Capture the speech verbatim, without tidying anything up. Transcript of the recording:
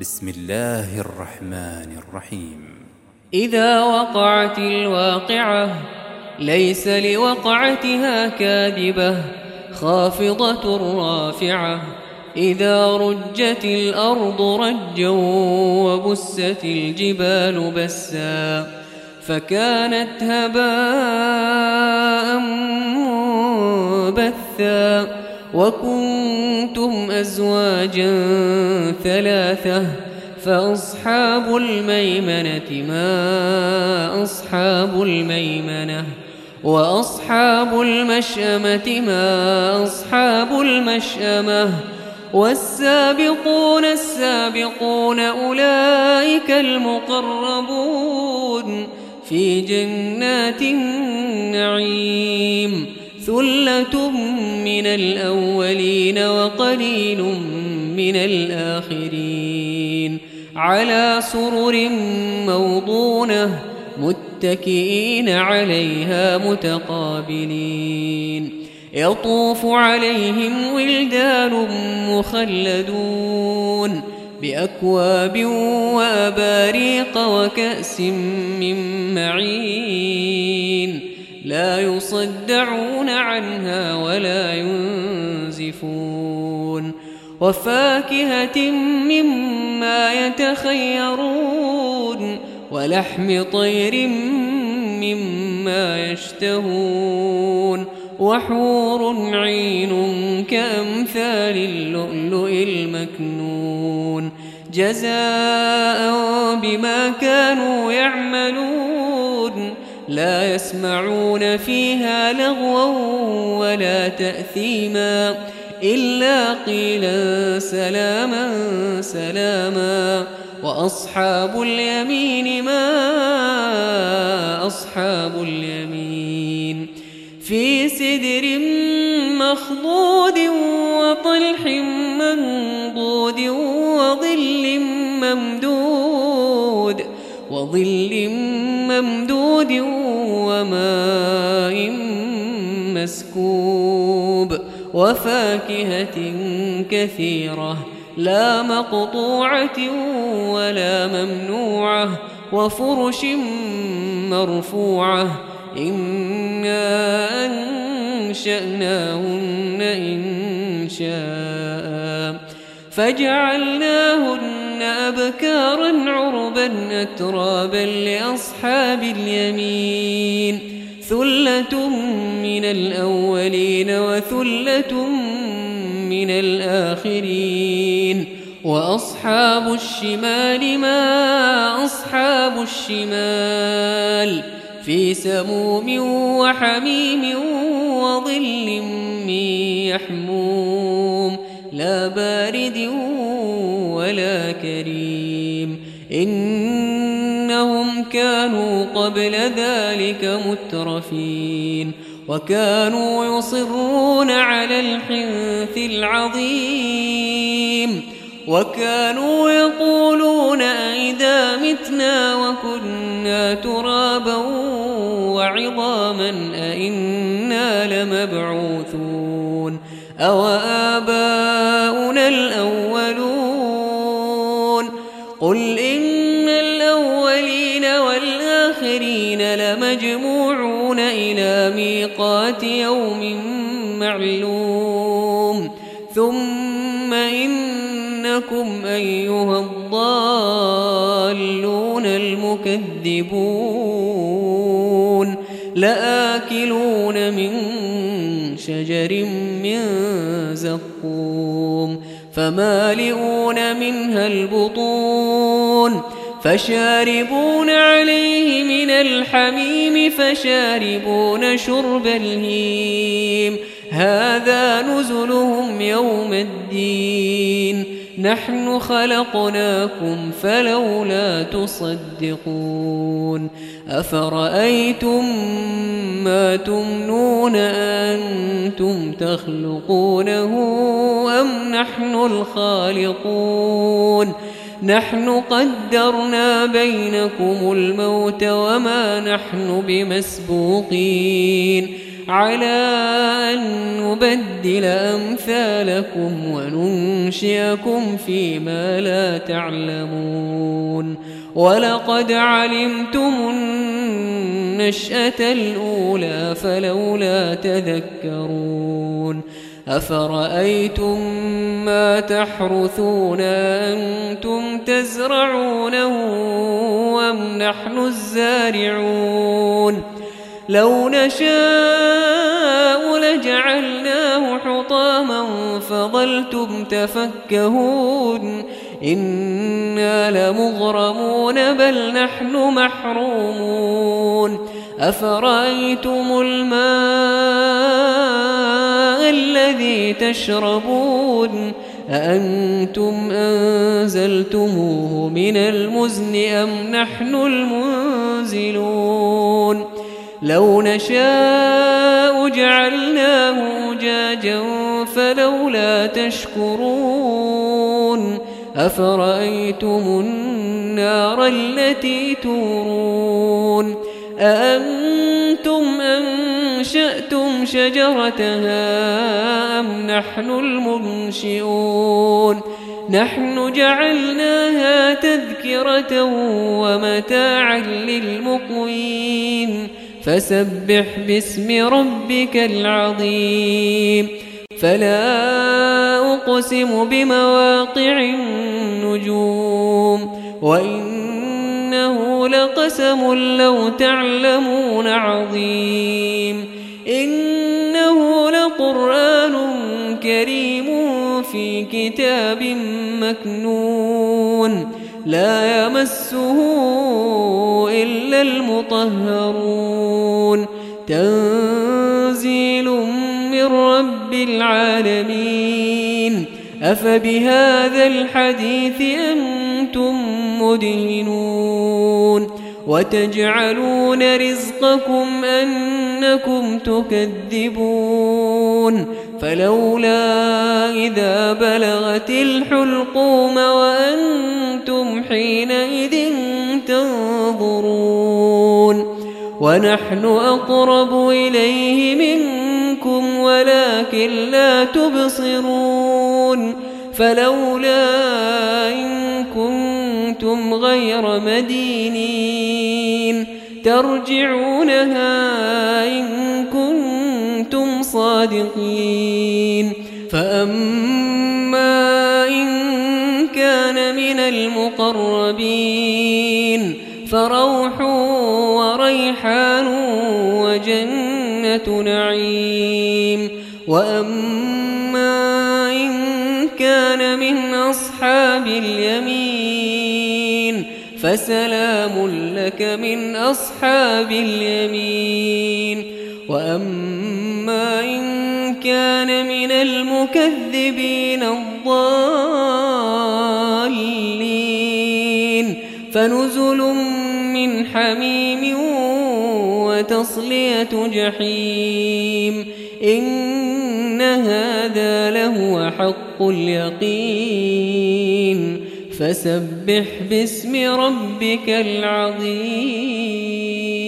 بسم الله الرحمن الرحيم. إذا وقعت الواقعة ليس لوقعتها كاذبة خافضة رافعة. إذا رجت الأرض رجا وبست الجبال بسا فكانت هباء منبثا وكنتم أزواجا ثلاثة فأصحاب الميمنة ما أصحاب الميمنة وأصحاب المشأمة ما أصحاب المشأمة والسابقون السابقون أولئك المقربون في جنات النعيم ثلة من الأولين وقليل من الآخرين على سرر موضونة متكئين عليها متقابلين يطوف عليهم ولدان مخلدون بأكواب وأباريق وكأس من معين لا يصدعون عنها ولا ينزفون وفاكهة مما يتخيرون ولحم طير مما يشتهون وحور عين كأمثال اللؤلؤ المكنون جزاء بما كانوا يعملون لا يسمعون فيها لغوا ولا تأثيما إلا قيلا سلاما سلاما وأصحاب اليمين ما أصحاب اليمين في سدر مخضود وطلح منضود وظل ممدود وظل ممدود وماء مسكوب وفاكهة كثيرة لا مقطوعة ولا ممنوعة وفرش مرفوعة إنا أنشأناهن إن شاء فجعلناهن أبكارا عربا أترابا لأصحاب اليمين ثلة من الأولين وثلة من الآخرين وأصحاب الشمال ما أصحاب الشمال في سموم وحميم وظل من يحموم لا بارد ولا كريم إنهم كانوا قبل ذلك مترفين وكانوا يصرون على الحنث العظيم وكانوا يقولون أئذا متنا وكنا ترابا وعظاما أئنا لمبعوثون أو آباؤنا الأولون قل إن الأولين والآخرين لمجموعون إلى ميقات يوم معلوم ثم إنكم أيها الضالون المكذبون لآكلون من شجر من زقوم فمالئون منها البطون فشاربون عليه من الحميم فشاربون شرب الهيم هذا نزلهم يوم الدين نحن خلقناكم فلولا تصدقون أفرأيتم ما تمنون أنتم تخلقونه أم نحن الخالقون نحن قدرنا بينكم الموت وما نحن بمسبوقين على أن نبدل أمثالكم وننشئكم فيما لا تعلمون ولقد علمتم النشأة الأولى فلولا تذكرون أفرأيتم ما تحرثون أنتم تزرعونه أم نحن الزارعون لو نشاء لجعلناه حطاما فظلتم تفكهون إنا لمغرمون بل نحن محرومون أفرأيتم الماء الذي تشربون أأنتم أنزلتموه من المزن أم نحن المنزلون لو نشاء جعلناه أجاجا فلولا تشكرون أفرأيتم النار التي تورون أأنتم أنشأتم شجرتها أم نحن المنشئون نحن جعلناها تذكرة ومتاعا للمقوين فسبح باسم ربك العظيم فلا أقسم بمواقع النجوم وإنه لقسم لو تعلمون عظيم إنه لقرآن كريم في كتاب مكنون لا يمسه إلا المطهرون تنزيل من رب العالمين أفبهذا الحديث أنتم مدهنون وتجعلون رزقكم أنكم تكذبون فلولا إذا بلغت الحلقوم وأنتم حينئذ تنظرون ونحن أقرب إليه منكم ولكن لا تبصرون فلولا إن كنتم غير مدينين ترجعونها إن كنتم صادقين فأما إن كان من المقربين فروح وريحان وجنة نعيم وأما إن كان من أصحاب اليمين فسلام لك من أصحاب اليمين وأما إن كان من المكذبين الضالين فنزل من حميم وتصلية جحيم إن هذا لهو حق اليقين فسبح باسم ربك العظيم.